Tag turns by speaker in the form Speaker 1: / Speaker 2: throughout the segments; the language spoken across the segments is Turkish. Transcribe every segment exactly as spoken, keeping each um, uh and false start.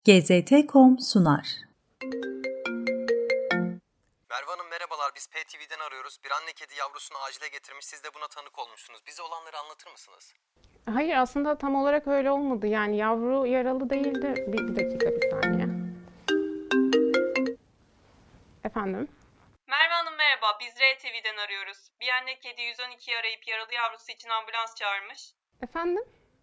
Speaker 1: G Z T nokta com sunar.
Speaker 2: Merve Hanım merhabalar, biz P T V'den arıyoruz. Bir anne kedi yavrusunu acile getirmiş, siz de buna tanık olmuşsunuz. Bize olanları anlatır mısınız?
Speaker 3: Hayır, aslında tam olarak öyle olmadı. Yani yavru yaralı değildi. Bir, bir dakika, bir saniye. Efendim?
Speaker 4: Merve Hanım merhaba, biz R T V'den arıyoruz. Bir anne kedi yüz on ikiyi arayıp yaralı yavrusu için ambulans çağırmış.
Speaker 3: Efendim?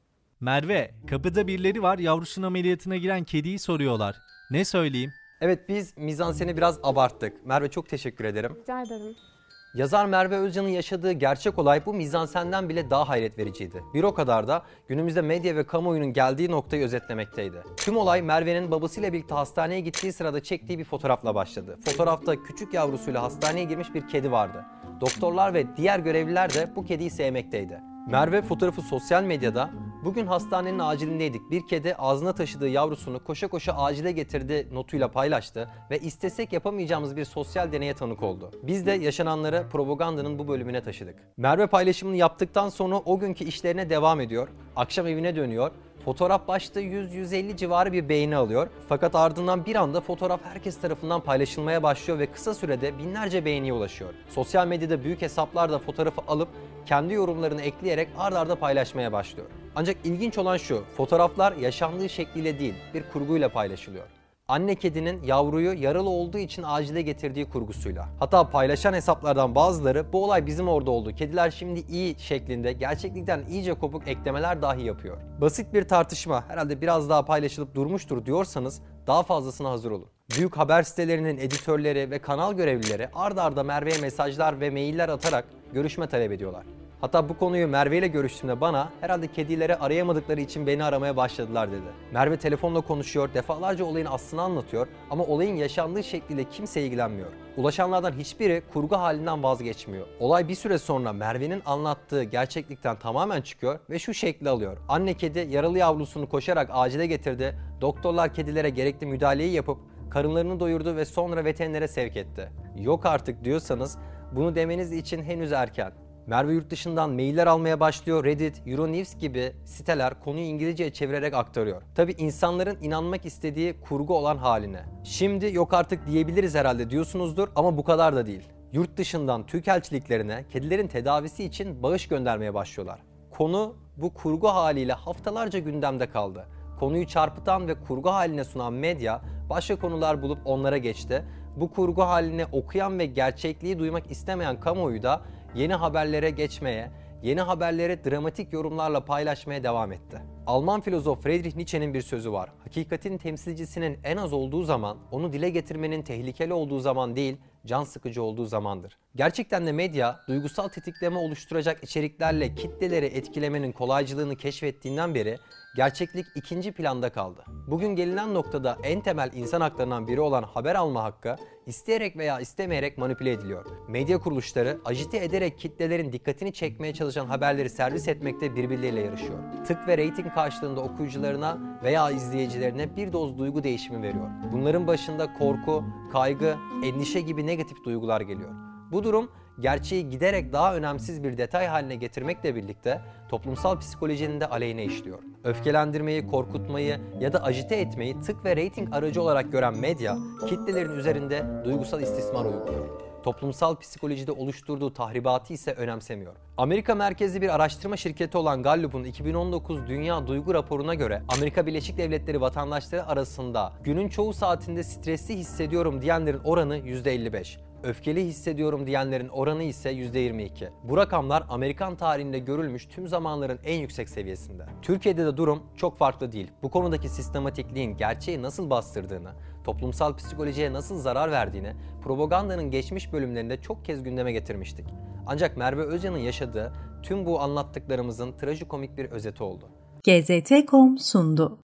Speaker 5: Merve, kapıda birileri var, yavrusunun ameliyatına giren kediyi soruyorlar. Ne söyleyeyim?
Speaker 2: Evet, biz mizanseni biraz abarttık. Merve çok teşekkür ederim.
Speaker 3: Rica ederim.
Speaker 2: Yazar Merve Özcan'ın yaşadığı gerçek olay bu mizansenden bile daha hayret vericiydi. Bir o kadar da günümüzde medya ve kamuoyunun geldiği noktayı özetlemekteydi. Tüm olay Merve'nin babasıyla birlikte hastaneye gittiği sırada çektiği bir fotoğrafla başladı. Fotoğrafta küçük yavrusuyla hastaneye girmiş bir kedi vardı. Doktorlar ve diğer görevliler de bu kediyi sevmekteydi. Merve fotoğrafı sosyal medyada "Bugün hastanenin acilindeydik. Bir kedi ağzına taşıdığı yavrusunu koşa koşa acile getirdi" notuyla paylaştı ve istesek yapamayacağımız bir sosyal deneye tanık oldu. Biz de yaşananları propagandanın bu bölümüne taşıdık. Merve paylaşımını yaptıktan sonra o günkü işlerine devam ediyor. Akşam evine dönüyor. Fotoğraf başta yüz yüz elli civarı bir beğeni alıyor. Fakat ardından bir anda fotoğraf herkes tarafından paylaşılmaya başlıyor ve kısa sürede binlerce beğeniye ulaşıyor. Sosyal medyada büyük hesaplar da fotoğrafı alıp kendi yorumlarını ekleyerek ard arda paylaşmaya başlıyor. Ancak ilginç olan şu, fotoğraflar yaşandığı şekliyle değil, bir kurguyla paylaşılıyor. Anne kedinin yavruyu yaralı olduğu için acile getirdiği kurgusuyla. Hatta paylaşan hesaplardan bazıları "Bu olay bizim orada oldu, kediler şimdi iyi" şeklinde gerçeklikten iyice kopuk eklemeler dahi yapıyor. Basit bir tartışma herhalde biraz daha paylaşılıp durmuştur diyorsanız daha fazlasına hazır olun. Büyük haber sitelerinin editörleri ve kanal görevlileri ard arda Merve'ye mesajlar ve mailler atarak görüşme talep ediyorlar. Hatta bu konuyu Merve ile görüştüğümde bana "Herhalde kedileri arayamadıkları için beni aramaya başladılar" dedi. Merve telefonla konuşuyor, defalarca olayın aslını anlatıyor ama olayın yaşandığı şekliyle kimse ilgilenmiyor. Ulaşanlardan hiçbiri kurgu halinden vazgeçmiyor. Olay bir süre sonra Merve'nin anlattığı gerçeklikten tamamen çıkıyor ve şu şekli alıyor. Anne kedi yaralı yavrusunu koşarak acile getirdi, doktorlar kedilere gerekli müdahaleyi yapıp karınlarını doyurdu ve sonra veterinere sevk etti. Yok artık diyorsanız bunu demeniz için henüz erken. Merve yurt dışından mailler almaya başlıyor. Reddit, Euronews gibi siteler konuyu İngilizceye çevirerek aktarıyor. Tabi insanların inanmak istediği kurgu olan haline. Şimdi yok artık diyebiliriz herhalde diyorsunuzdur ama bu kadar da değil. Yurt dışından Türk elçiliklerine kedilerin tedavisi için bağış göndermeye başlıyorlar. Konu bu kurgu haliyle haftalarca gündemde kaldı. Konuyu çarpıtan ve kurgu haline sunan medya başka konular bulup onlara geçti. Bu kurgu halini okuyan ve gerçekliği duymak istemeyen kamuoyu da yeni haberlere geçmeye, yeni haberleri dramatik yorumlarla paylaşmaya devam etti. Alman filozof Friedrich Nietzsche'nin bir sözü var. Hakikatin temsilcisinin en az olduğu zaman, onu dile getirmenin tehlikeli olduğu zaman değil, can sıkıcı olduğu zamandır. Gerçekten de medya, duygusal tetikleme oluşturacak içeriklerle kitleleri etkilemenin kolaycılığını keşfettiğinden beri gerçeklik ikinci planda kaldı. Bugün gelinen noktada en temel insan haklarından biri olan haber alma hakkı isteyerek veya istemeyerek manipüle ediliyor. Medya kuruluşları ajite ederek kitlelerin dikkatini çekmeye çalışan haberleri servis etmekte birbirleriyle yarışıyor. Tık ve reyting karşılığında okuyucularına veya izleyicilerine bir doz duygu değişimi veriyor. Bunların başında korku, kaygı, endişe gibi negatif duygular geliyor. Bu durum gerçeği giderek daha önemsiz bir detay haline getirmekle birlikte toplumsal psikolojinin de aleyhine işliyor. Öfkelendirmeyi, korkutmayı ya da ajite etmeyi tık ve reyting aracı olarak gören medya, kitlelerin üzerinde duygusal istismar uyguluyor. Toplumsal psikolojide oluşturduğu tahribatı ise önemsemiyor. Amerika merkezli bir araştırma şirketi olan Gallup'un iki bin on dokuz Dünya Duygu Raporu'na göre Amerika Birleşik Devletleri vatandaşları arasında günün çoğu saatinde stresli hissediyorum diyenlerin oranı yüzde elli beş. Öfkeli hissediyorum diyenlerin oranı ise yüzde yirmi iki. Bu rakamlar Amerikan tarihinde görülmüş tüm zamanların en yüksek seviyesinde. Türkiye'de de durum çok farklı değil. Bu konudaki sistematikliğin gerçeği nasıl bastırdığını, toplumsal psikolojiye nasıl zarar verdiğini propagandanın geçmiş bölümlerinde çok kez gündeme getirmiştik. Ancak Merve Özcan'ın yaşadığı tüm bu anlattıklarımızın trajikomik bir özeti oldu.
Speaker 1: G Z T nokta com sundu.